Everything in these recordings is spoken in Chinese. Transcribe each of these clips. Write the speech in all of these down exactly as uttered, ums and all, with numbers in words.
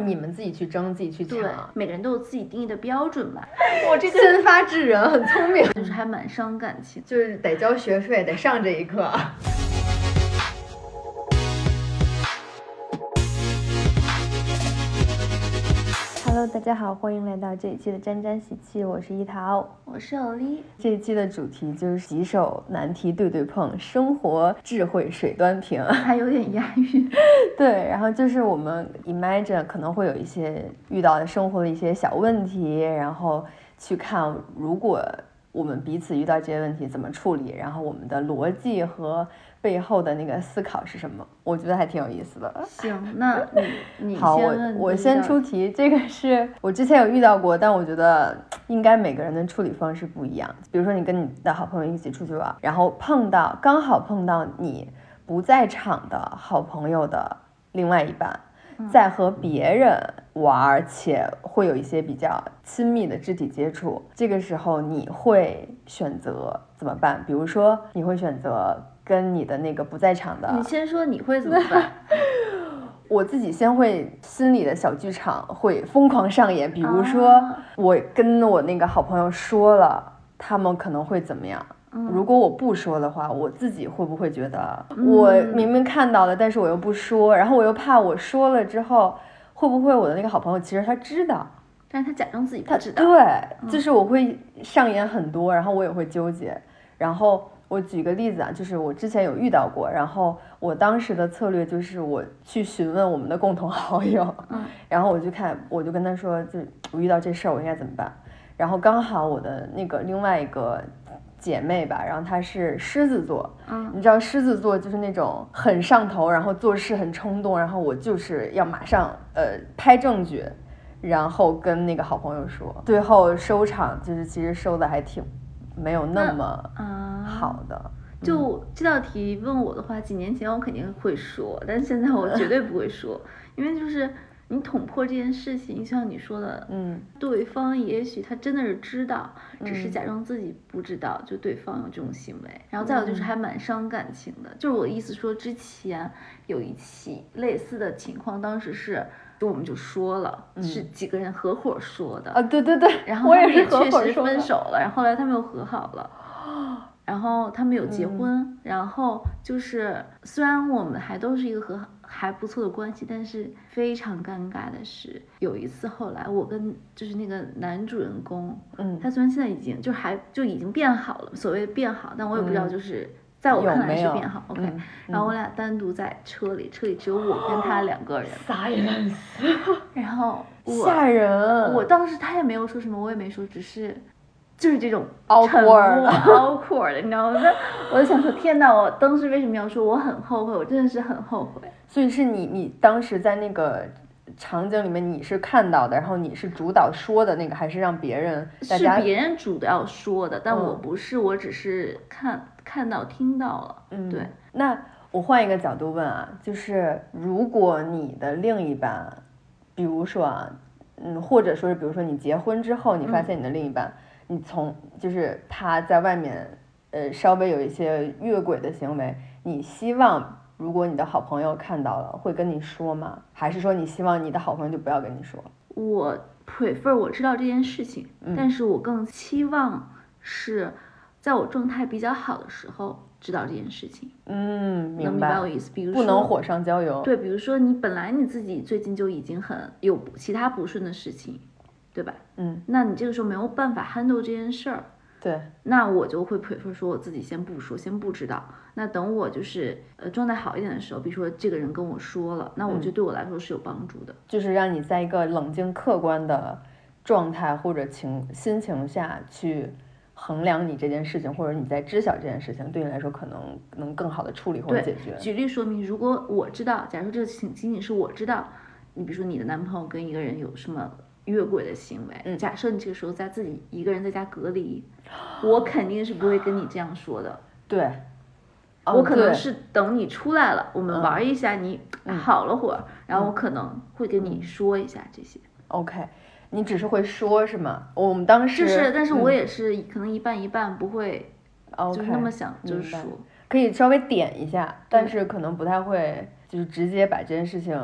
你们自己去争，自己去抢。 对，每个人都有自己定义的标准吧。 我这个先发制人，很聪明， 就是还蛮伤感情， 就是得交学费，得上这一课。Hello， 大家好，欢迎来到这一期的沾沾喜气，我是一桃， 我是欧丽。 这一期的主题就是棘手难题对对碰，生活智慧水端平， 还有点押韵。 对，然后就是我们 imagine 可能会有一些遇到的生活的一些小问题，然后去看如果我们彼此遇到这些问题怎么处理，然后我们的逻辑和背后的那个思考是什么，我觉得还挺有意思的。 行，那你你好，我我先出题。这个是我之前有遇到过，但我觉得应该每个人的处理方式不一样。比如说你跟你的好朋友一起出去玩，然后碰到刚好碰到你不在场的好朋友的另外一半在和别人玩，且会有一些比较亲密的肢体接触，这个时候你会选择怎么办？比如说你会选择跟你的那个不在场的， 你先说你会怎么办？ 我自己先会心里的小剧场会疯狂上演，比如说我跟我那个好朋友说了，他们可能会怎么样？如果我不说的话，我自己会不会觉得我明明看到了，但是我又不说，然后我又怕我说了之后，会不会我的那个好朋友其实他知道， 但是他假装自己不知道。 对，就是我会上演很多，然后我也会纠结。然后我举个例子啊，就是我之前有遇到过，然后我当时的策略就是我去询问我们的共同好友， 嗯， 然后我就看，我就跟他说，就我遇到这事儿我应该怎么办。然后刚好我的那个另外一个姐妹吧，然后她是狮子座， 嗯， 你知道狮子座就是那种很上头，然后做事很冲动，然后我就是要马上呃拍证据，然后跟那个好朋友说，最后收场就是其实收的还挺没有那么好的。 嗯，就这道题问我的话，几年前我肯定会说，但是现在我绝对不会说，因为就是你捅破这件事情，就像你说的， 嗯， 对方也许他真的是知道，只是假装自己不知道，就对方有这种行为。然后再有就是还蛮伤感情的，就是我意思说，之前有一起类似的情况，当时是就我们就说了， 嗯， 是几个人合伙说的啊，对对对， 然后他们也确实分手了，然后后来他们又和好了。然后他们有结婚，嗯，然后就是虽然我们还都是一个和还不错的关系，但是非常尴尬的是，有一次后来我跟就是那个男主人公， 嗯， 他虽然现在已经就还就已经变好了，所谓变好，但我也不知道就是在我看来是变好。 嗯、 OK，嗯，然后我俩单独在车里，车里只有我跟他两个人。 Silence。 然后吓人。 我当时他也没有说什么，我也没说，只是。就是这种 awkward awkward 你知道吗？我就想说，天哪！我当时为什么要说我很后悔？我真的是很后悔。 所以是你，你当时在那个场景里面，你是看到的，然后你是主导说的那个，还是让别人？大家是别人主导说的，但我不是，嗯，我只是看看到听到了。 嗯， 对。 那我换一个角度问啊，就是如果你的另一半，比如说啊，嗯，或者说是比如说你结婚之后，你发现你的另一半。嗯，你从就是他在外面，呃，稍微有一些越轨的行为，你希望如果你的好朋友看到了，会跟你说吗？还是说你希望你的好朋友就不要跟你说？ 我 prefer 我知道这件事情， 嗯， 但是我更期望是在我状态比较好的时候知道这件事情。 嗯，明白。 能明白我意思？比如说不能火上浇油。 对，比如说你本来你自己最近就已经很有其他不顺的事情。对吧？ 嗯， 那你这个时候没有办法 handle 这件事儿， 对， 那我就会 prefer 说我自己先不说，先不知道。那等我就是呃状态好一点的时候，比如说这个人跟我说了，那我觉得对我来说是有帮助的， 嗯，就是让你在一个冷静客观的状态或者情心情下去衡量你这件事情，或者你在知晓这件事情，对你来说可能能更好的处理或者解决。 举例说明，如果我知道，假如说这个事情仅仅是我知道，你比如说你的男朋友跟一个人有什么越轨的行为， 嗯， 假设你这个时候在自己一个人在家隔离，我肯定是不会跟你这样说的。 对， 哦，我可能是等你出来了，我们玩一下， 嗯， 你好了会儿，嗯，然后我可能会跟你说一下这些。 OK，你只是会说是吗？我们当时就是，但是我也是可能一半一半，不会就是那么想， 嗯， 就是说可以稍微点一下，但是可能不太会就是直接把这件事情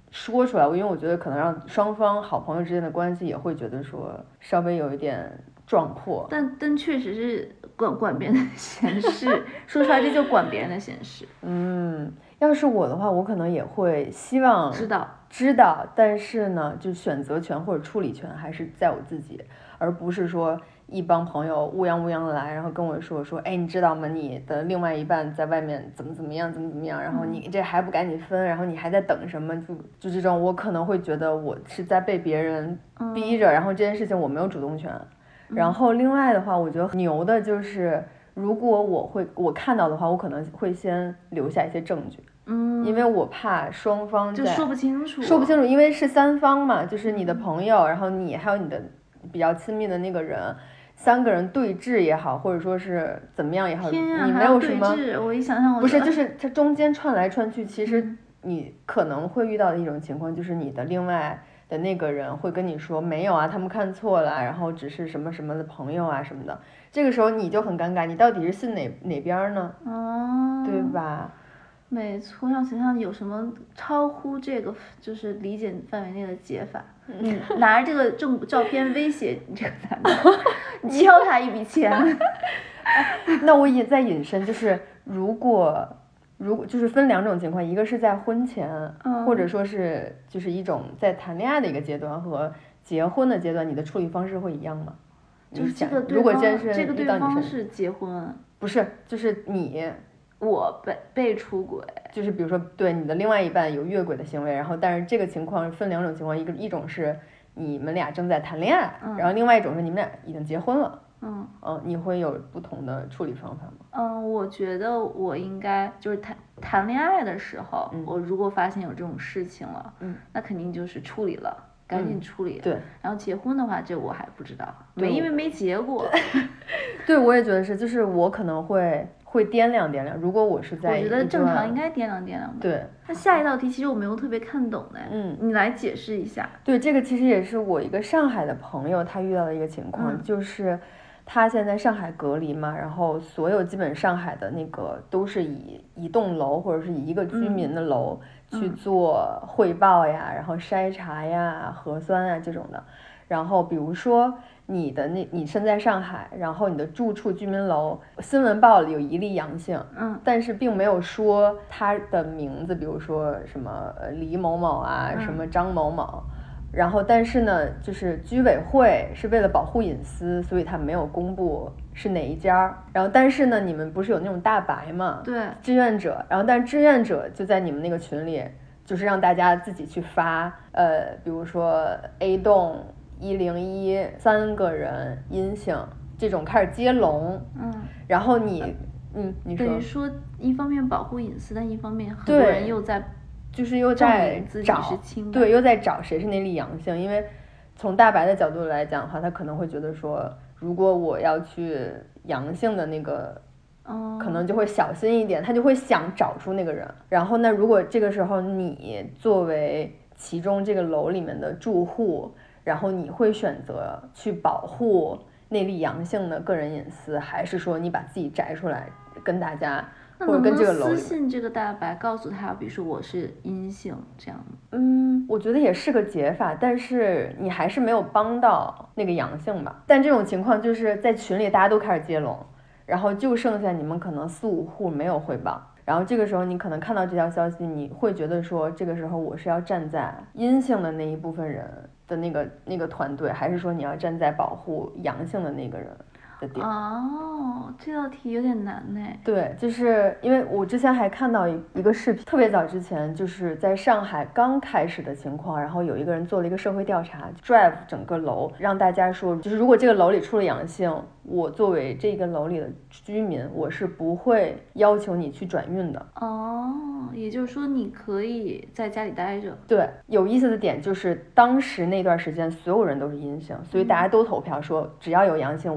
说出来，因为我觉得可能让双方好朋友之间的关系也会觉得说稍微有一点撞破。 但但确实是管管别人的闲事，说出来这就管别人的闲事。 嗯，要是我的话，我可能也会希望知道知道，但是呢，就选择权或者处理权还是在我自己，而不是说一帮朋友乌泱乌泱的来，然后跟我说说，哎，你知道吗？你的另外一半在外面怎么怎么样，怎么怎么样，然后你这还不赶紧分，然后你还在等什么？就就这种，我可能会觉得我是在被别人逼着，然后这件事情我没有主动权。然后另外的话，我觉得牛的就是，如果我会我看到的话，我可能会先留下一些证据。嗯，因为我怕双方就说不清楚， 说不清楚，因为是三方嘛，就是你的朋友，然后你还有你的比较亲密的那个人，三个人对峙也好，或者说是怎么样也好， 天啊， 你没有什么， 我一想想我不是，就是它中间串来串去，其实你可能会遇到的一种情况，就是你的另外的那个人会跟你说没有啊，他们看错了，然后只是什么什么的朋友啊什么的，这个时候你就很尴尬，你到底是信哪哪边呢？ 哦， 对吧？ 没错，让想想有什么超乎这个就是理解范围内的解法。嗯，拿着这个正照片威胁这个男的，敲他一笔钱。 那我也在引申，就是如果如果就是分两种情况，一个是在婚前，嗯、或者说是就是一种在谈恋爱的一个阶段和结婚的阶段，你的处理方式会一样吗？ 就是这个如果真是这个对方是结婚， 不是，就是你。 我被被出轨， 就是比如说对你的另外一半有越轨的行为，然后但是这个情况分两种情况，一个一种是你们俩正在谈恋爱，嗯、然后另外一种是你们俩已经结婚了，嗯嗯，你会有不同的处理方法吗？ 嗯，我觉得我应该就是谈谈恋爱的时候，嗯、我如果发现有这种事情了，嗯，那肯定就是处理了。赶紧处理、嗯、 对， 然后结婚的话，这我还不知道，没因为没结果。 对，我也觉得是，就是我可能会会掂量掂量。如果我是在， 我觉得正常应该掂量掂量的。 对， 那下一道题其实我没有特别看懂的，嗯，你来解释一下。 对，这个其实也是我一个上海的朋友他遇到的一个情况，嗯、就是他现在上海隔离嘛，然后所有基本上海的那个都是以一栋楼或者是以一个居民的楼。嗯去做汇报呀，然后筛查呀、核酸啊这种的。然后比如说你的那，你身在上海，然后你的住处居民楼新闻报了有一例阳性，嗯，但是并没有说他的名字，比如说什么李某某啊，什么张某某。然后但是呢，就是居委会是为了保护隐私，所以他没有公布是哪一家。然后但是呢，你们不是有那种大白嘛？ 对， 志愿者。然后但是志愿者就在你们那个群里，就是让大家自己去发，呃，比如说 A 栋一零一三个人阴性，这种开始接龙。嗯，然后你，嗯，你说。 等于说一方面保护隐私，但一方面很多人又在。 就是又在找，对，又在找谁是那例阳性，因为从大白的角度来讲的话，他可能会觉得说，如果我要去阳性的那个，哦，可能就会小心一点，他就会想找出那个人。然后呢，如果这个时候你作为其中这个楼里面的住户，然后你会选择去保护那例阳性的个人隐私，还是说你把自己摘出来跟大家？ 那能不能私信这个大白，告诉他，比如说我是阴性这样？ 嗯，我觉得也是个解法，但是你还是没有帮到那个阳性吧。但这种情况就是在群里大家都开始接龙，然后就剩下你们可能四五户没有汇报，然后这个时候你可能看到这条消息，你会觉得说，这个时候我是要站在阴性的那一部分人的那个那个团队，还是说你要站在保护阳性的那个人？ 哦，这道题有点难呢。 对，就是因为我之前还看到一一个视频，特别早之前，就是在上海刚开始的情况，然后有一个人做了一个社会调查 ，drive 整个楼，让大家说，就是如果这个楼里出了阳性，我作为这个楼里的居民，我是不会要求你去转运的。 哦，也就是说你可以在家里待着。 对，有意思的点就是当时那段时间所有人都是阴性，所以大家都投票说，只要有阳性，我为了保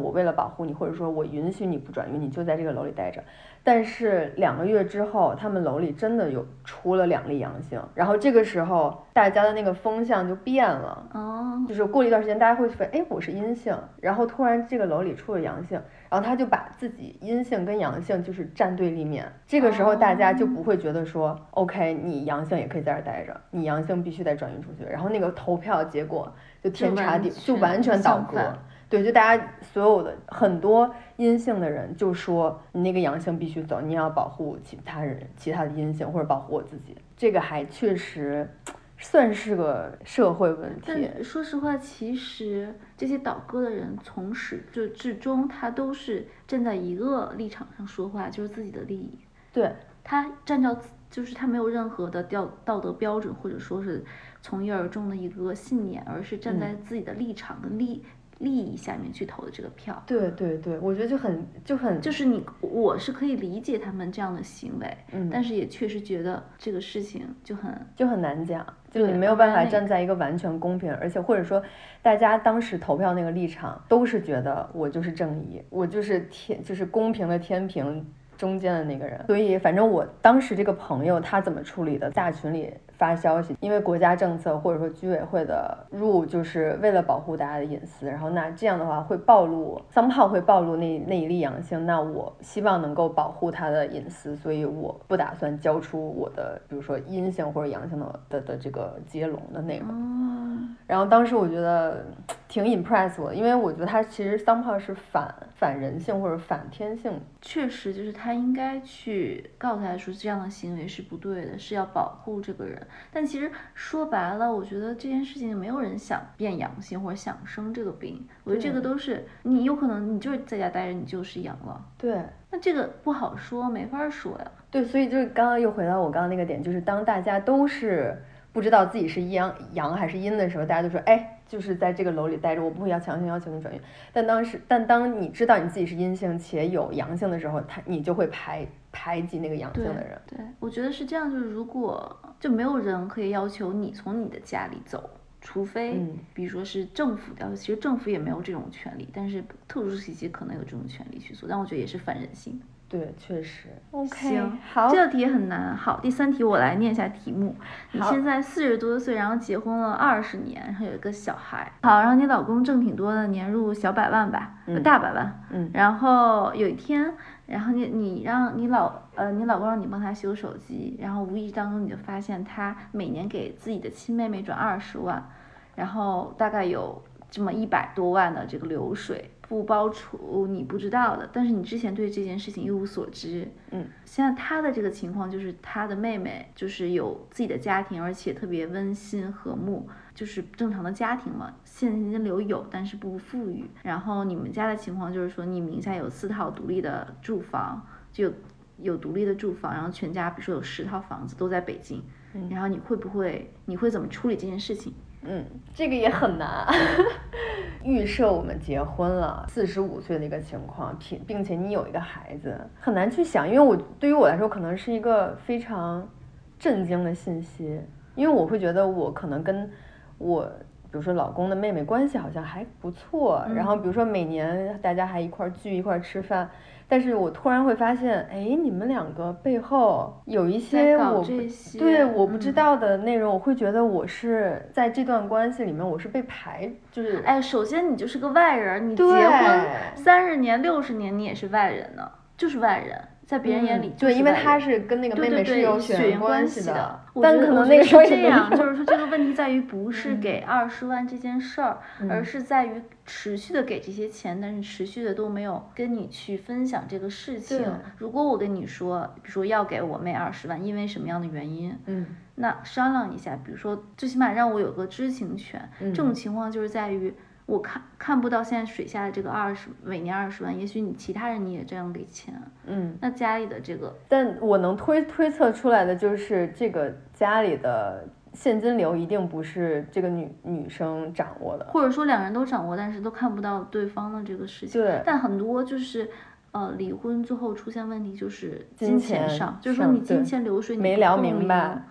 护你，或者说我允许你不转运，你就在这个楼里待着。但是两个月之后，他们楼里真的有出了两例阳性，然后这个时候大家的那个风向就变了， 哦， 就是过了一段时间，大家会发现，哎，我是阴性，然后突然这个楼里出了阳性，然后他就把自己阴性跟阳性就是站对立面，这个时候大家就不会觉得说、哦、，OK， 你阳性也可以在这儿待着，你阳性必须得转运出去，然后那个投票结果就天差地就完全倒戈。对，就大家所有的很多阴性的人就说你那个阳性必须走，你要保护其他人其他的阴性或者保护我自己，这个还确实算是个社会问题。 但说实话，其实这些倒戈的人从始就至终他都是站在一个立场上说话，就是自己的利益。 对， 他站照就是他没有任何的道道德标准，或者说是从一而终的一个信念，而是站在自己的立场跟利、嗯利益下面去投的这个票。 对对对，我觉得就很就很就是你我是可以理解他们这样的行为， 嗯， 但是也确实觉得这个事情就很就很难讲，就你没有办法站在一个完全公平，而且或者说大家当时投票那个立场都是觉得我就是正义，我就是天就是公平的天平中间的那个人。所以反正我当时这个朋友他怎么处理的，大群里发消息，因为国家政策或者说居委会的入就是为了保护大家的隐私，然后那这样的话会暴露 somehow 会暴露那那一例阳性，那我希望能够保护他的隐私，所以我不打算交出我的比如说阴性或者阳性的的的这个接龙的内容、嗯、然后当时我觉得挺 impress 我的，因为我觉得他其实 somehow 是反反人性或者反天性， 确实就是他应该去告诉他说这样的行为是不对的，是要保护这个人。但其实说白了，我觉得这件事情没有人想变阳性或者想生这个病，我觉得这个都是你有可能你就是在家待着你就是阳了， 对， 那这个不好说，没法说呀。 对，所以就是刚刚又回到我刚刚那个点，就是当大家都是不知道自己是阳阳还是阴的时候，大家就说哎，就是在这个楼里待着，我不会要强行要求你转运。但当时但当你知道你自己是阴性且有阳性的时候，他你就会排排挤那个阳性的人。 对，对，我觉得是这样，就是如果就没有人可以要求你从你的家里走，除非、嗯、比如说是政府的，其实政府也没有这种权利，但是特殊时期可能有这种权利去做，但我觉得也是反人性的。 对，确实。OK， 行， 好， 这道题也很难。好，第三题我来念一下题目。你现在四十多岁，然后结婚了二十年，然后有一个小孩。好，然后你老公挣挺多的，年入小百万吧，嗯、大百万。 嗯。 然后有一天，然后你你让你老呃你老公让你帮他修手机，然后无意当中你就发现他每年给自己的亲妹妹转二十万，然后大概有这么一百多万的这个流水。不包除你不知道的，但是你之前对这件事情一无所知。 嗯， 现在他的这个情况就是他的妹妹就是有自己的家庭，而且特别温馨和睦，就是正常的家庭嘛，现金流有，但是不富裕。然后你们家的情况就是说你名下有四套独立的住房，就有有独立的住房，然后全家比如说有十套房子都在北京。嗯，然后你会不会你会怎么处理这件事情？ 嗯，这个也很难。预设我们结婚了，四十五岁的一个情况，并并且你有一个孩子，很难去想，因为我对于我来说可能是一个非常震惊的信息，因为我会觉得我可能跟我比如说老公的妹妹关系好像还不错，嗯、然后比如说每年大家还一块聚一块吃饭。但是我突然会发现，哎，你们两个背后有一些我对我不知道的内容，嗯、我会觉得我是在这段关系里面我是被排，就是哎，首先你就是个外人，你结婚三十年、六十年，你也是外人呢，就是外人。在别人眼里、 嗯，对，因为他是跟那个妹妹是有血缘关系的， 但可能那个时候是这样，就是说这个问题在于不是给二十万这件事儿， 嗯、 而是在于持续的给这些钱，但是持续的都没有跟你去分享这个事情。如果我跟你说，比如说要给我妹二十万，因为什么样的原因， 嗯， 那商量一下，比如说最起码让我有个知情权。 嗯、 这种情况就是在于。我看看不到现在水下的这个二十每年二十万，也许你其他人你也这样给钱， 嗯， 那家里的这个， 但我能推推测出来的就是这个家里的现金流一定不是这个女女生掌握的， 或者说两人都掌握，但是都看不到对方的这个事情。 对， 但很多就是呃离婚最后出现问题就是金钱上，就是说你金钱流水你没聊明白。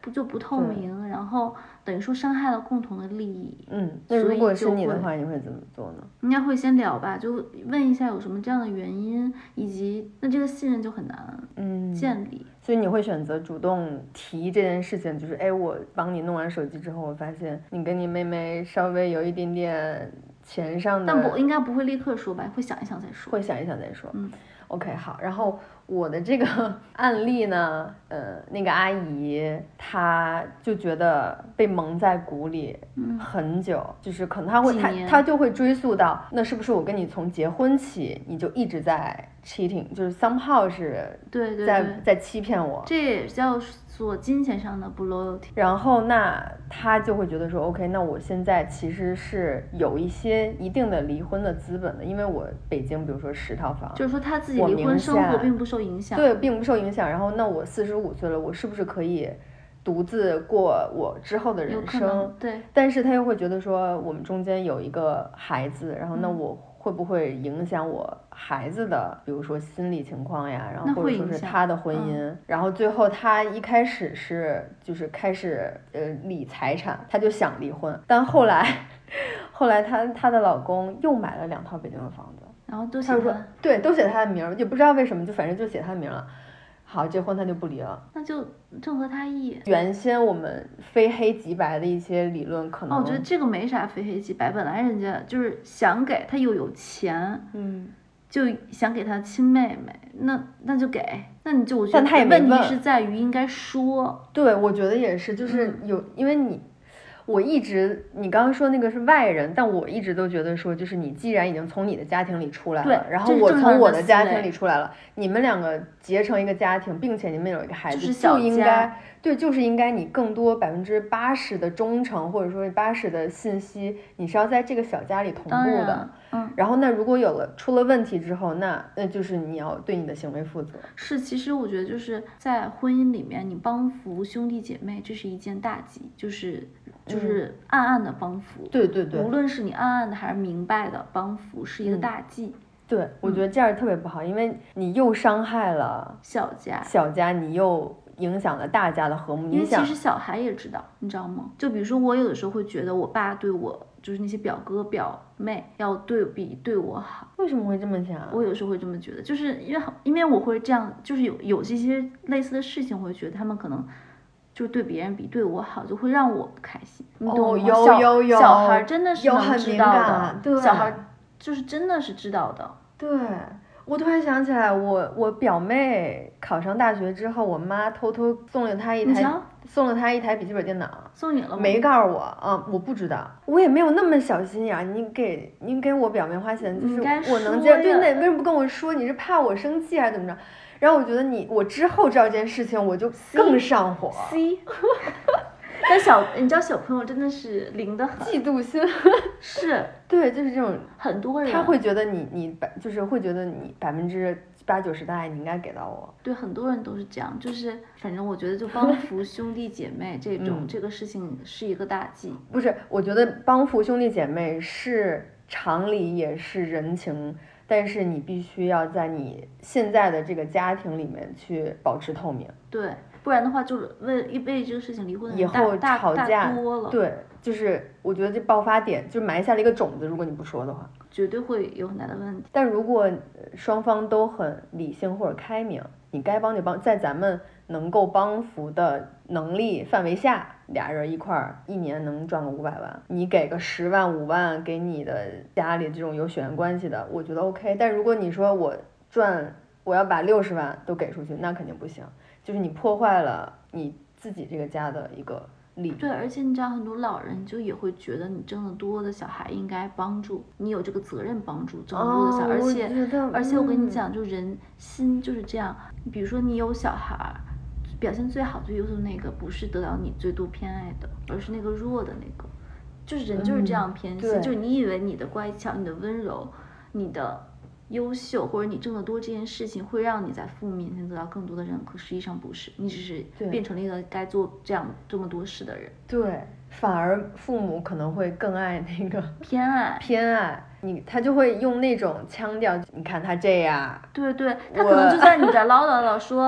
不就不透明，然后等于说伤害了共同的利益。 嗯，那如果是你的话，你会怎么做呢？ 应该会先聊吧，就问一下有什么这样的原因，以及那这个信任就很难嗯建立。 所以你会选择主动提这件事情，就是哎，我帮你弄完手机之后，我发现你跟你妹妹稍微有一点点钱上的， 但不应该不会立刻说吧，会想一想再说。 会想一想再说。 嗯 ，OK， 好，然后。我的这个案例呢，呃，那个阿姨她就觉得被蒙在鼓里很久，嗯、就是可能她会她她就会追溯到那是不是我跟你从结婚起你就一直在 cheating， 就是 somehow 是对对对在在欺骗我， 这也叫做金钱上的不 loyalty。 然后那她就会觉得说 OK， 那我现在其实是有一些一定的离婚的资本的，因为我北京比如说十套房， 就是说她自己离婚生活并不受影响， 对，并不受影响。然后那我四十五岁了，我是不是可以独自过我之后的人生？ 对。 但是他又会觉得说，我们中间有一个孩子，然后那我会不会影响我孩子的，比如说心理情况呀，然后或者说是他的婚姻？ 嗯、 然后最后他一开始是就是开始呃理财产，他就想离婚，但后来后来她她的老公又买了两套北京的房子。 然后都写他说对，都写他的名，也不知道为什么，就反正就写他的名了。好，这婚他就不离了， 那就正合他意。 原先我们非黑即白的一些理论，可能、 哦、我觉得这个没啥非黑即白，本来人家就是想给他又有钱， 嗯， 就想给他亲妹妹，那那就给，那你就我觉得，但他也没问题是在于应该说， 对，我觉得也是，就是有，嗯、因为你。我一直，你刚刚说那个是外人，但我一直都觉得说，就是你既然已经从你的家庭里出来了，然后我从我的家庭里出来了，你们两个结成一个家庭，并且你们有一个孩子， 就是就应该对，就是应该你更多百分之八十的忠诚，或者说八十的信息，你是要在这个小家里同步的。 嗯， 然后那如果有了出了问题之后，那那就是你要对你的行为负责。 是，其实我觉得就是在婚姻里面，你帮扶兄弟姐妹，这是一件大忌，就是就是暗暗的帮扶。 嗯、对对对， 无论是你暗暗的还是明白的帮扶，是一个大忌。 嗯、对，我觉得这样特别不好，嗯、因为你又伤害了小家， 小家你又影响了大家的和睦。 因为其实小孩也知道，你知道吗？就比如说我有的时候会觉得我爸对我。就是那些表哥表妹要对比对我好， 为什么会这么想？ 我有时候会这么觉得，就是因为因为我会这样，就是有有这些类似的事情，我会觉得他们可能就对别人比对我好，就会让我不开心。你懂吗？ 哦，有有有， 小孩真的是能知道的， 对， 小孩就是真的是知道的。 对，我突然想起来，我我表妹考上大学之后，我妈偷偷送了她一台。送了他一台笔记本电脑， 送你了吗？ 没告诉我啊，我不知道，我也没有那么小心眼。你给你给我表妹花钱，就是我能接受，对，那为什么不跟我说？你是怕我生气还是怎么着？然后我觉得你，我之后知道这件事情，我就更上火。 C， 但小，你知道小朋友真的是灵得很， 嫉妒心是， 对，就是这种很多人他会觉得你你百就是会觉得你百分之。八九十的爱你应该给到我， 对，很多人都是这样，就是反正我觉得就帮扶兄弟姐妹这种、 嗯、 这个事情是一个大忌。 不是，我觉得帮扶兄弟姐妹是常理也是人情，但是你必须要在你现在的这个家庭里面去保持透明。 对，不然的话就是为为这个事情离婚的以后吵架多了。 对，就是我觉得这爆发点就埋下了一个种子，如果你不说的话。 绝对会有很大的问题。 但如果双方都很理性或者开明，你该帮就帮，在咱们能够帮扶的能力范围下，俩人一块儿一年能赚个五百万，你给个十万五万给你的家里这种有血缘关系的，我觉得 OK。但如果你说我赚我要把六十万都给出去，那肯定不行，就是你破坏了你自己这个家的一个。 对，而且你知道很多老人就也会觉得你挣得多的小孩应该帮助你，有这个责任帮助挣得多的小孩、哦、而且而且我跟你讲，就人心就是这样，比如说你有小孩，表现最好最优秀的那个不是得到你最多偏爱的，而是那个弱的那个，就是人就是这样偏心、嗯、就是你以为你的乖巧你的温柔你的优秀或者你挣得多这件事情会让你在父母面前得到更多的认可，实际上不是，你只是变成了一个该做这样这么多事的人。 对，反而父母可能会更爱那个偏爱偏爱你，他就会用那种腔调，你看他这样， 对对，他可能就在你在唠叨叨说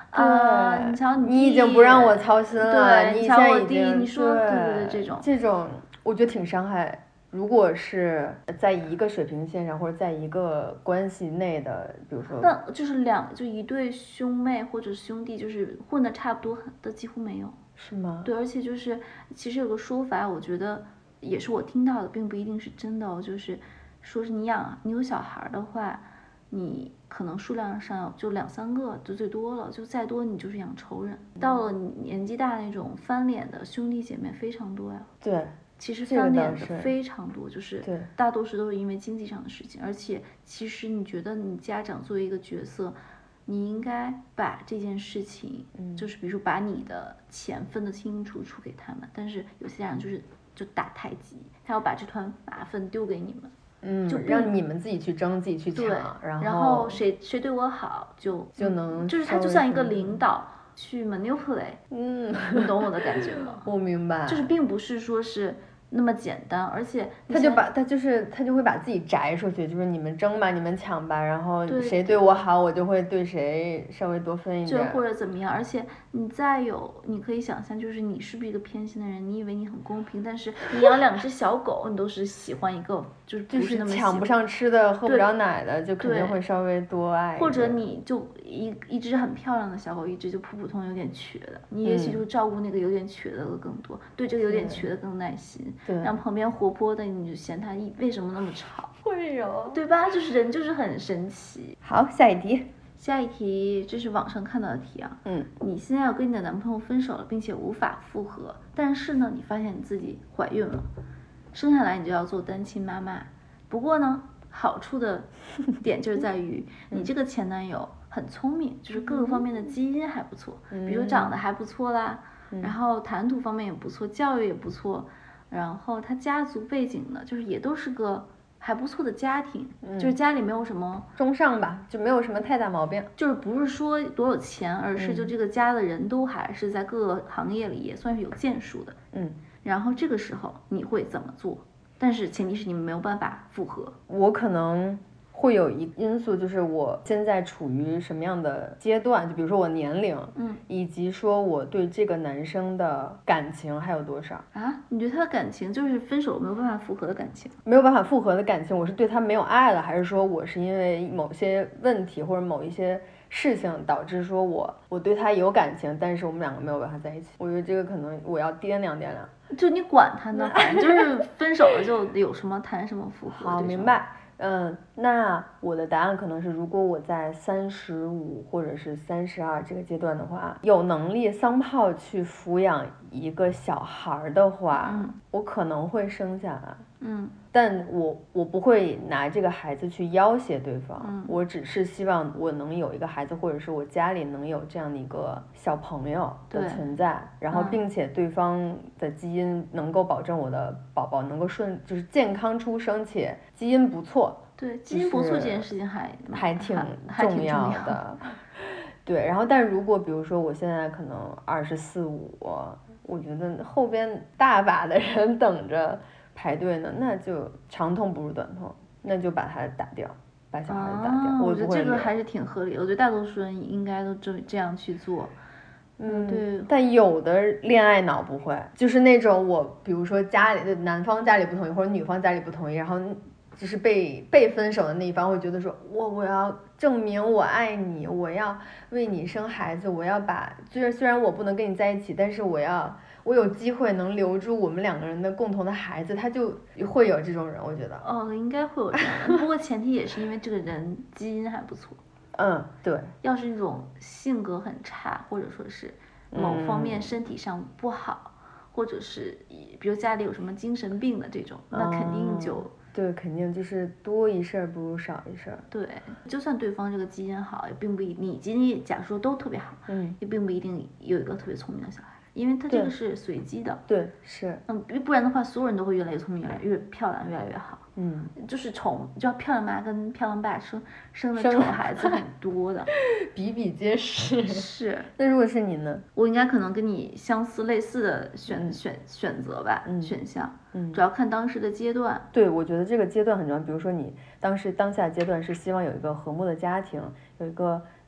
啊，你瞧你已经不让我操心了， 对， 你瞧我弟， 现在已经你说对对对对，这种这种我觉得挺伤害。如果是在一个水平线上，或者在一个关系内的，比如说， 那就是两就一对兄妹或者兄弟，就是混的差不多的几乎没有。 是吗？ 对，而且就是其实有个说法，我觉得也是我听到的，并不一定是真的哦。就是说是你养你有小孩的话，你可能数量上就两三个就最多了，就再多你就是养仇人。到了你年纪大那种翻脸的兄弟姐妹非常多呀。 对。 其实翻脸的非常多，就是对， 大多数都是因为经济上的事情。而且其实你觉得你家长作为一个角色，你应该把这件事情， 嗯、 就是比如说把你的钱分得清清楚楚给他们，但是有些家长就是就打太极，他要把这团麻烦丢给你们， 嗯， 就让你们自己去争，自己去抢，然后然后谁谁对我好就就能， 就是他就像一个领导去 manipulate， 嗯， 你懂我的感觉吗？ 我明白， 就是并不是说是那么简单，而且他就把他就是他就会把自己摘出去，就是你们争吧，你们抢吧，然后对谁对我好，我就会对谁稍微多分一点， 就或者怎么样。而且你再有，你可以想象，就是你是不是一个偏心的人？你以为你很公平，但是你养两只小狗，你都是喜欢一个，就是不是那么抢不上吃的，喝不着奶的，就肯定会稍微多爱。 或者你就一一只很漂亮的小狗，一只就普普通有点瘸的，你也许就照顾那个有点瘸的更多，嗯、对这个有点瘸的更耐心。 对， 让旁边活泼的你就嫌他为什么那么吵， 会有， 对吧？就是人就是很神奇。 好，下一题。 下一题，这是网上看到的题啊。 嗯， 你现在要跟你的男朋友分手了，并且无法复合，但是呢，你发现你自己怀孕了，生下来你就要做单亲妈妈。不过呢，好处的点就是在于你这个前男友很聪明，就是各个方面的基因还不错， 嗯、 比如长得还不错啦， 嗯、 然后谈吐方面也不错，教育也不错，然后他家族背景呢，就是也都是个还不错的家庭， 嗯、 就是家里没有什么中上吧，就没有什么太大毛病， 就是不是说多有钱，而是就这个家的人都还是在各个行业里也算是有建树的。 嗯， 然后这个时候你会怎么做？但是前提是你们没有办法复合。 我可能会有一因素，就是我现在处于什么样的阶段，就比如说我年龄， 嗯， 以及说我对这个男生的感情还有多少啊？你对他的感情就是分手没有办法复合的感情？ 没有办法复合的感情，我是对他没有爱了，还是说我是因为某些问题或者某一些事情导致说我我对他有感情，但是我们两个没有办法在一起？我觉得这个可能我要掂量掂量。 就你管他呢，反正就是分手了就有什么谈什么复合。 好，明白。嗯，那我的答案可能是，如果我在三十五或者是三十二这个阶段的话，有能力桑炮去抚养一个小孩的话， 嗯， 我可能会生下来。 嗯， 但我我不会拿这个孩子去要挟对方， 嗯， 我只是希望我能有一个孩子，或者是我家里能有这样的一个小朋友的存在，然后并且对方的基因能够保证我的宝宝能够顺就是健康出生且基因不错。 对，基因不错这件事情还还挺重要的。对，然后但如果比如说我现在可能二十四五，我觉得后边大把的人等着排队呢，那就长痛不如短痛，那就把它打掉，把小孩打掉。 啊、 我觉得这个还是挺合理的，我觉得大多数人应该都这这样去做。 嗯， 对。 但有的恋爱脑不会，就是那种我比如说家里的男方家里不同意，或者女方家里不同意，然后就是被被分手的那一方会觉得说，我我要证明我爱你，我要为你生孩子，我要把虽然虽然我不能跟你在一起，但是我要我有机会能留住我们两个人的共同的孩子，他就会有这种人，我觉得。 哦，应该会有这样的，不过前提也是因为这个人基因还不错。 嗯，对。 要是那种性格很差，或者说是某方面身体上不好，嗯、或者是比如家里有什么精神病的这种，嗯、那肯定就。 对，肯定就是多一事不如少一事。 对，就算对方这个基因好，也并不一你基因假如说都特别好， 嗯， 也并不一定有一个特别聪明的小孩，因为他这个是随机的。 对，是。 嗯，不然的话，所有人都会越来越聪明，越来越漂亮，越来越好。 嗯， 就是宠，就要漂亮妈跟漂亮爸生生的丑孩子很多的， 比比皆是。 是。 那如果是你呢？ 我应该可能跟你相似类似的选、 嗯、 选选择吧， 嗯、 选项。 嗯， 主要看当时的阶段。 对，我觉得这个阶段很重要。比如说你当时当下阶段是希望有一个和睦的家庭，有一个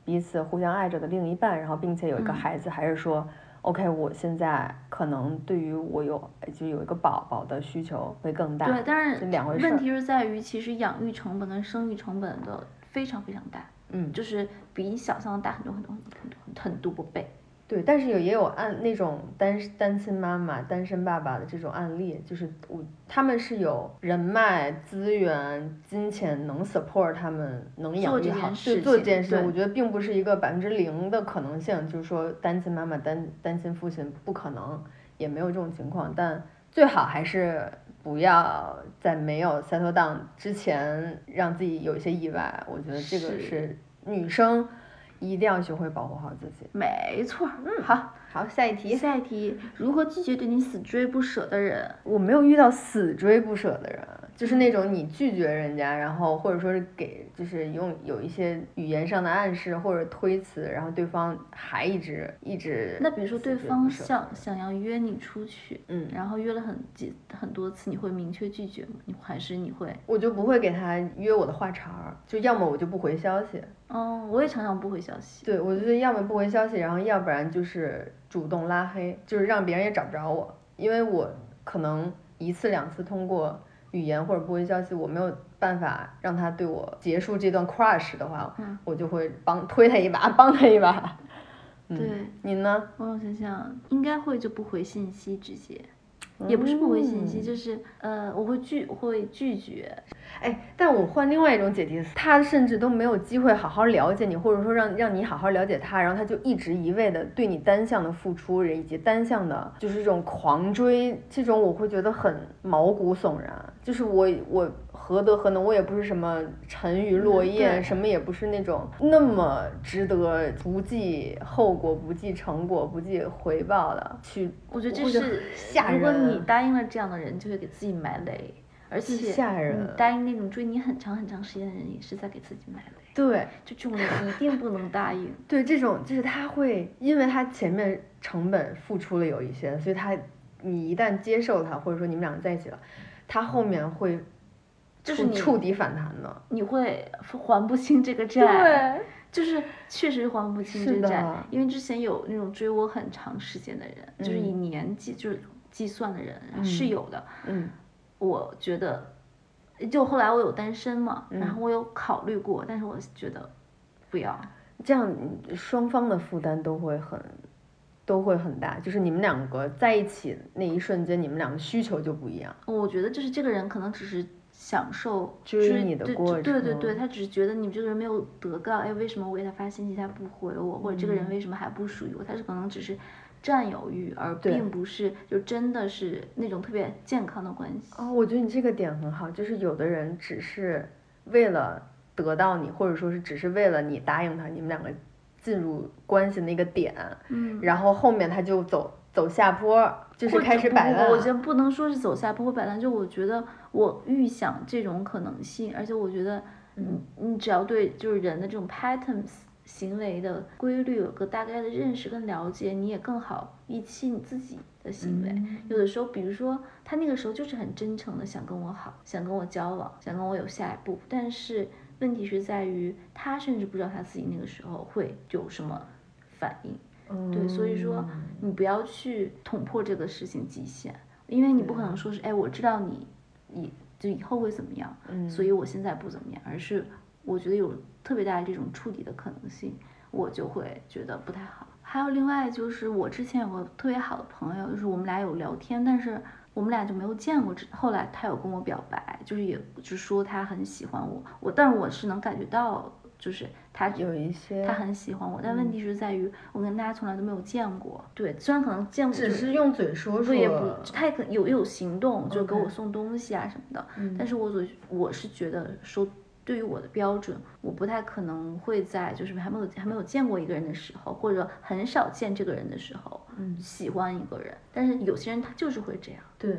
彼此互相爱着的另一半，然后并且有一个孩子，嗯、还是说 OK 我现在可能对于我有就有一个宝宝的需求会更大。 对，但是两回事。 问题是在于其实养育成本跟生育成本的非常非常大， 嗯， 就是比你想象的大很多很多很多很多倍。 对，但是有也有案那种单单亲妈妈、单身爸爸的这种案例，就是我他们是有人脉、资源、金钱能 support 他们能养育好，就做这件事。我觉得并不是一个百分之零的可能性，就是说单亲妈妈、单单亲父亲不可能，也没有这种情况。但最好还是不要在没有 settle down 之前让自己有一些意外。我觉得这个是女生一定要学会保护好自己。 没错， 嗯，好，好，下一题， 下一题，如何拒绝对你死追不舍的人？ 我没有遇到死追不舍的人，就是那种你拒绝人家，然后或者说是给，就是用有一些语言上的暗示或者推辞，然后对方还一直一直。 那比如说对方想想要约你出去， 嗯， 然后约了很几很多次，你会明确拒绝吗？你还是你会？ 我就不会给他约我的话茬，就要么我就不回消息。 哦，我也常常不回消息。 对，我觉得要么不回消息，然后要不然就是主动拉黑，就是让别人也找不着我，因为我可能一次两次通过语言或者不回消息，我没有办法让他对我结束这段 crush 的话， 嗯、 我就会帮推他一把，帮他一把。 对、 嗯，你呢？ 我想想，应该会就不回信息，直接。也不是不回信息， 嗯、 就是呃，我会拒会拒绝。 哎，但我换另外一种解题，他甚至都没有机会好好了解你，或者说让让你好好了解他，然后他就一直一味的对你单向的付出，以及单向的，就是这种狂追，这种我会觉得很毛骨悚然。就是我我何德何能，我也不是什么沉鱼落雁， 嗯、 什么也不是那种那么值得不计后果、不计成果、不计回报的去。 我觉得这是吓人。 如果你答应了这样的人，就会给自己埋雷。而且吓人， 你答应那种追你很长很长时间的人，也是在给自己埋雷。 对， 就这种人一定不能答应。 对，这种就是他会，因为他前面成本付出了有一些，所以他你一旦接受他，或者说你们两个在一起了，他后面会就是你触底反弹的， 你会还不清这个债。对，就是确实还不清这个债，因为之前有那种追我很长时间的人， 嗯、 就是以年计就是计算的人、嗯、是有的。 嗯。 我觉得，就后来我有单身嘛， 嗯、 然后我有考虑过，但是我觉得不要， 这样双方的负担都会很都会很大，就是你们两个在一起那一瞬间，你们两个需求就不一样。 我觉得就是这个人可能只是享受追你的过程， 对对对，他只是觉得你这个人没有得到，哎，为什么我给他发信息他不回我，或者这个人为什么还不属于我，他是可能只是占有欲，而并不是就真的是那种特别健康的关系。 哦，我觉得你这个点很好，就是有的人只是为了得到你，或者说是只是为了你答应他，你们两个进入关系的那个点， 嗯， 然后后面他就走走下坡，就是开始摆烂。 我觉得不能说是走下坡或摆烂，就我觉得我预想这种可能性，而且我觉得，嗯，你只要对就是人的这种 patterns。行为的规律有个大概的认识跟了解，你也更好预期你自己的行为。 嗯、 有的时候，比如说他那个时候就是很真诚的想跟我好，想跟我交往，想跟我有下一步，但是问题是在于他甚至不知道他自己那个时候会有什么反应。 嗯、 对，所以说你不要去捅破这个事情极限，因为你不可能说是哎，我知道你，你就以后会怎么样， 嗯、 所以我现在不怎么样，而是我觉得有特别大的这种触底的可能性，我就会觉得不太好。还有另外就是我之前有个特别好的朋友，就是我们俩有聊天，但是我们俩就没有见过。后来他有跟我表白，就是也就说他很喜欢我，我但是我是能感觉到，就是他有一些他很喜欢我，但问题是在于我跟大家从来都没有见过。对，虽然可能见过， 只是用嘴说说， 也不他也有有行动，就给我送东西啊什么的。 嗯、 但是我所我是觉得说。对于我的标准，我不太可能会在就是还没有还没有见过一个人的时候，或者很少见这个人的时候， 嗯， 喜欢一个人。但是有些人他就是会这样， 对，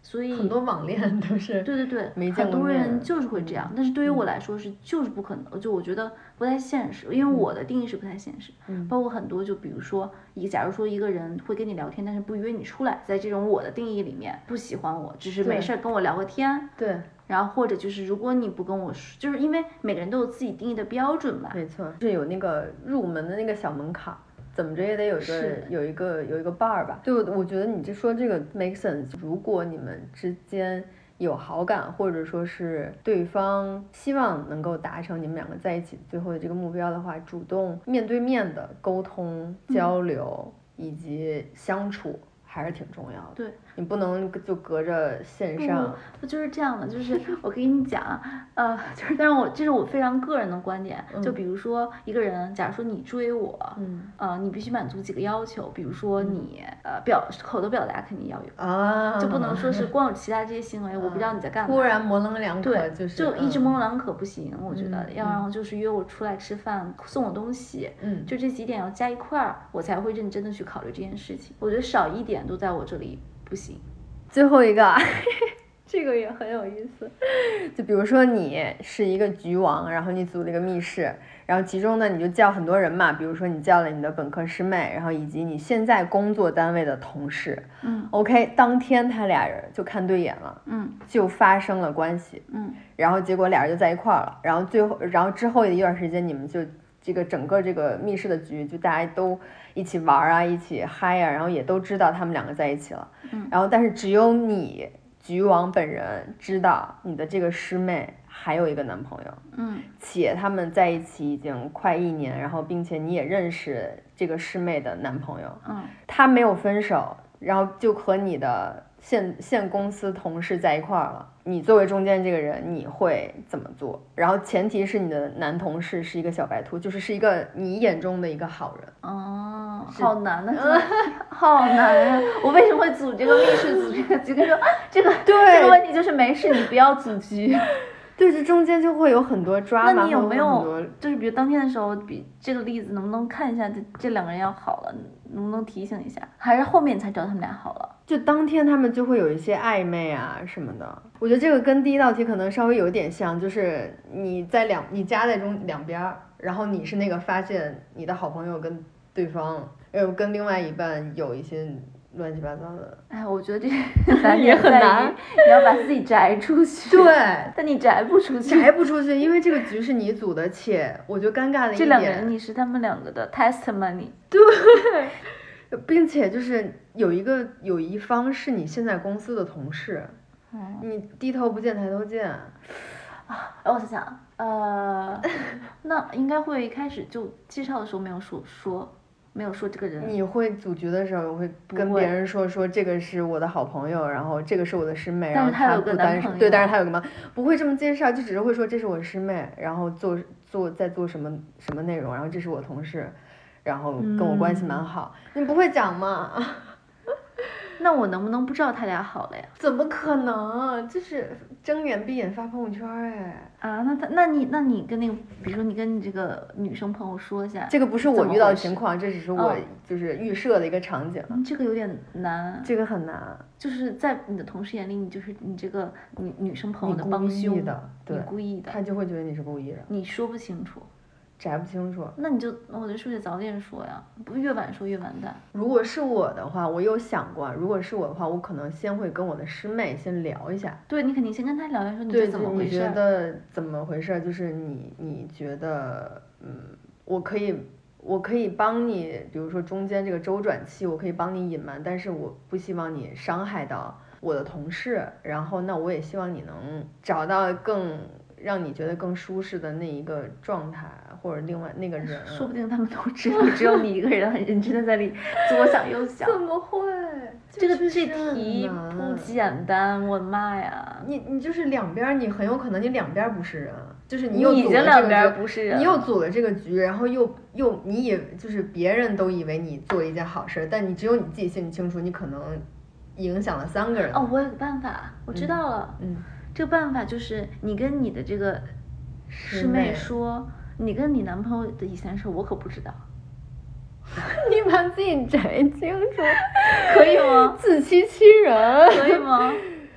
所以很多网恋都是对对对， 没见很多过面人就是会这样，但是对于我来说是就是不可能，就我觉得不太现实，因为我的定义是不太现实。 嗯包括很多，就比如说一，假如说一个人会跟你聊天，但是不约你出来，在这种我的定义里面不喜欢我，只是没事儿跟我聊个天。 对。 然后或者就是如果你不跟我说，就是因为每个人都有自己定义的标准嘛。 没错，是有那个入门的那个小门槛。怎么着也得有一个有一个有一个伴儿吧。对，我觉得你这说这个 make sense。如果你们之间有好感，或者说是对方希望能够达成你们两个在一起最后的这个目标的话，主动面对面的沟通、交流、嗯、以及相处还是挺重要的。 对， 你不能就隔着线上。 不就是这样的，就是我跟你讲，呃，就是，但是我这是我非常个人的观点， 嗯、 就比如说一个人，假如说你追我， 嗯， 呃，你必须满足几个要求，比如说你、嗯、呃表口头表达肯定要有啊， 就不能说是光有其他这些行为，啊、我不知道你在干嘛， 突然模棱两可， 对， 就是就一直模棱两可不行，嗯、我觉得， 嗯、 要然后就是约我出来吃饭，送我东西， 嗯， 就这几点要加一块儿，我才会认真的去考虑这件事情，我觉得少一点都在我这里不行。 最后一个这个也很有意思，就比如说你是一个局王，然后你组了一个密室，然后其中呢你就叫很多人嘛，比如说你叫了你的本科师妹，然后以及你现在工作单位的同事， 嗯 OK， 当天他俩人就看对眼了， 嗯， 就发生了关系， 嗯， 然后结果俩人就在一块儿了，然后最后然后之后的一段时间你们就这个整个这个密室的局就大家都一起玩啊，一起嗨啊，然后也都知道他们两个在一起了， 嗯， 然后但是只有你局王本人知道你的这个师妹还有一个男朋友， 嗯， 且他们在一起已经快一年，然后并且你也认识这个师妹的男朋友， 嗯， 他没有分手，然后就和你的现现公司同事在一块儿了，你作为中间这个人你会怎么做？然后前提是你的男同事是一个小白兔，就是是一个你眼中的一个好人。 哦，好难啊，好难啊！我为什么会组这个密室组这个局？跟你说这个对这个问题就是没事，你不要组局。 对，这中间就会有很多抓马。 那你有没有就是比如当天的时候，比这个例子能不能看一下这这两个人要好了，能不能提醒一下？还是后面才知道他们俩好了？ 就当天他们就会有一些暧昧啊什么的。我觉得这个跟第一道题可能稍微有点像，就是你在两你夹在中两边，然后你是那个发现你的好朋友跟对方呃跟另外一半有一些乱七八糟的。 哎，我觉得这难也很难， 你要把自己摘出去。 对， 但你摘不出去， 摘不出去，因为这个局是你组的，且我觉得尴尬的一点， 这两个人你是他们两个的 testimony。 对，并且就是有一个有一方是你现在公司的同事，嗯、你低头不见抬头见。 啊，我想想，呃，那应该会一开始就介绍的时候没有说说。没有说这个人， 你会组局的时候会跟别人说说这个是我的好朋友，然后这个是我的师妹，然后他不单身，对，但是他有个吗？不会这么介绍，就只是会说这是我师妹，然后做做在做什么什么内容，然后这是我同事，然后跟我关系蛮好，嗯、你不会讲吗？ 那我能不能不知道他俩好了呀？ 怎么可能？就是睁眼闭眼发朋友圈哎。 啊，那他，那你，那你跟那个，比如说你跟你这个女生朋友说一下。 这个不是我遇到的情况，这只是我就是预设的一个场景。 嗯，这个有点难。 这个很难。 就是在你的同事眼里，你就是你这个女女生朋友的帮凶。 你故意的，对， 你故意的。 他就会觉得你是故意的。 你说不清楚。 摘不清楚， 那你就我就说得早点说呀，不越晚说越完蛋。 如果是我的话，我有想过，如果是我的话，我可能先会跟我的师妹先聊一下。 对，你肯定先跟她聊一下，说你这怎么回事？ 你觉得怎么回事？就是你你觉得，嗯，我可以我可以帮你，比如说中间这个周转期，我可以帮你隐瞒，但是我不希望你伤害到我的同事，然后那我也希望你能找到更让你觉得更舒适的那一个状态，或者另外那个人， 说不定他们都知道只有你一个人很认真的在里左想右想。 怎么会？ 这个这题不简单，我的妈呀！ 你你就是两边，你很有可能你两边不是人，就是你又组了两边不是人， 你又组了这个局，然后又又你以就是别人都以为你做了一件好事，但你只有你自己心里清楚，你可能影响了三个人。 哦，我有个办法，我知道了。 嗯。嗯， 这个办法就是你跟你的这个师妹说，你跟你男朋友的以前事我可不知道。 你把自己摘清楚， 可以吗？ 自欺欺人， 可以吗？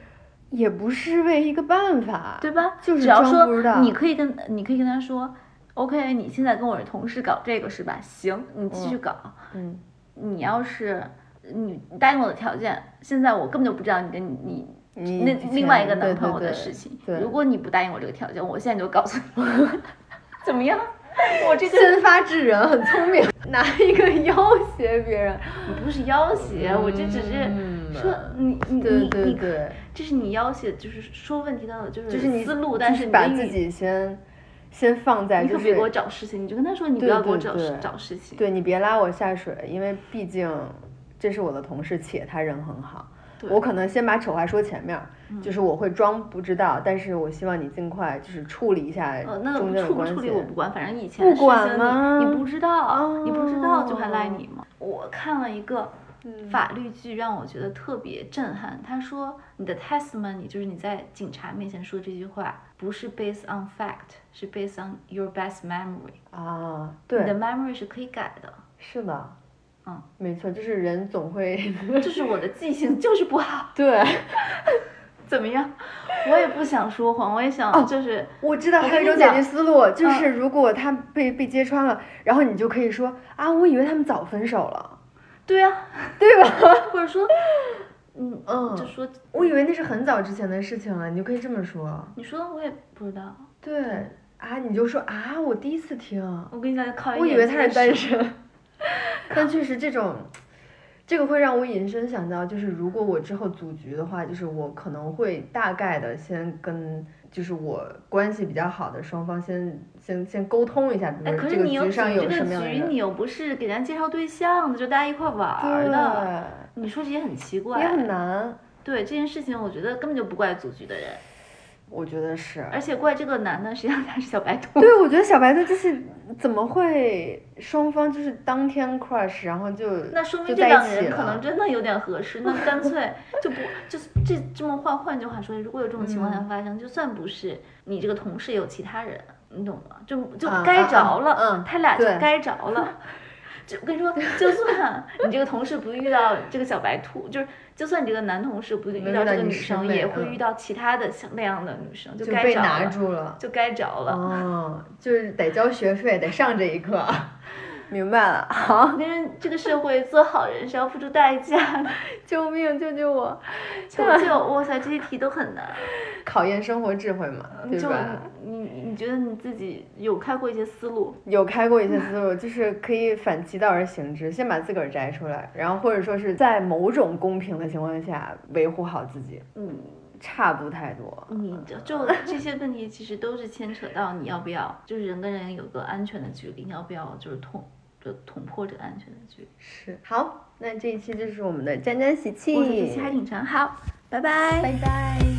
也不失为一个办法， 对吧？ 就是只要说装不知道你可以跟你可以跟他说 OK 你现在跟我的同事搞这个是吧，行你继续搞， 嗯， 你要是你答应我的条件，现在我根本就不知道你跟你你那另外一个对男朋友对对的事情， 对如果你不答应我这个条件，我现在就告诉你怎么样？我这个先发制人，很聪明，拿一个要挟别人， 不是要挟，我这只是说你你对你你对对， 这是你要挟，就是说问题的就就是你思路， 就但是你的语把自己先先放在就是你可别给我找事情，你就跟他说你不对要给我找对对找事情， 对你别拉我下水，因为毕竟这是我的同事，且他人很好。 对我可能先把丑话说前面， 嗯就是我会装不知道，但是我希望你尽快就是处理一下呃，那中间的关处不处理我系。 不管，反正以前的事不管情吗你你不知道，你不知道就还赖哦你吗？我看了一个嗯法律剧，让我觉得特别震撼。他说你的 testimony 就是你在警察面前说这句话，不是 based on fact，是 based on your best memory。 啊， 你的对， memory 是可以改的。 是的， 嗯， 没错，就是人总会就是我的记性就是不好， 对。 怎么样？我也不想说谎，我也想哦就是我知道我还有一种解跟你讲决思路，就是如果他被被揭穿了，然后你就可以说啊，我以为他们早分手了， 对啊， 对吧？ 或者说，嗯嗯就说我以为那是很早之前的事情了，你就可以这么说。 你说我也不知道， 对啊，你就说啊，我第一次听， 我跟你讲，靠一我以为他是单点见识。 身，但确实这种，这个会让我引申想到，就是如果我之后组局的话，就是我可能会大概的先跟，就是我关系比较好的双方先先先沟通一下，比哎， 如说这个可是你又局上有组这个局， 什么样的人你，又不是给人家介绍对象的，就大家一块玩儿的，你说这也很奇怪。 也很难， 对这件事情，我觉得根本就不怪组局的人， 我觉得是。 而且怪这个男的，实际上他是小白兔。 对，我觉得小白兔就是怎么会双方就是当天 crush，然后就那说明就在一这两个起了人可能真的有点合适，那干脆就不就是这这么换换句话说，如果有这种情况下嗯发生，就算不是你这个同事也有其他人，你懂吗？就就啊该着啊了， 嗯他俩就对该着了。就我跟你说，就算你这个同事不遇到这个小白兔，就是就算你这个男同事不遇到这个女生，也会遇到其他的像那样的女生， 就被该着了， 拿住了， 就该着了。 哦，就是得交学费，得上这一课，明白了。好， 因为这个社会做好人是要付出代价的， 救命，救救我！ 求救！哇塞，这些题都很难。 考验生活智慧嘛，对就吧？ 你你觉得你自己有开过一些思路？ 有开过一些思路，就是可以反其道而行之，先把自个儿摘出来，然后或者说是在某种公平的情况下维护好自己， 嗯， 差不太多。 你就就这些问题其实都是牵扯到你要不要，就是人跟人有个安全的距离，你要不要就是捅就捅破这个安全的距离。 是，好，那这一期就是我们的沾沾喜气， 哇塞，这期还挺长，好，拜拜， 拜拜。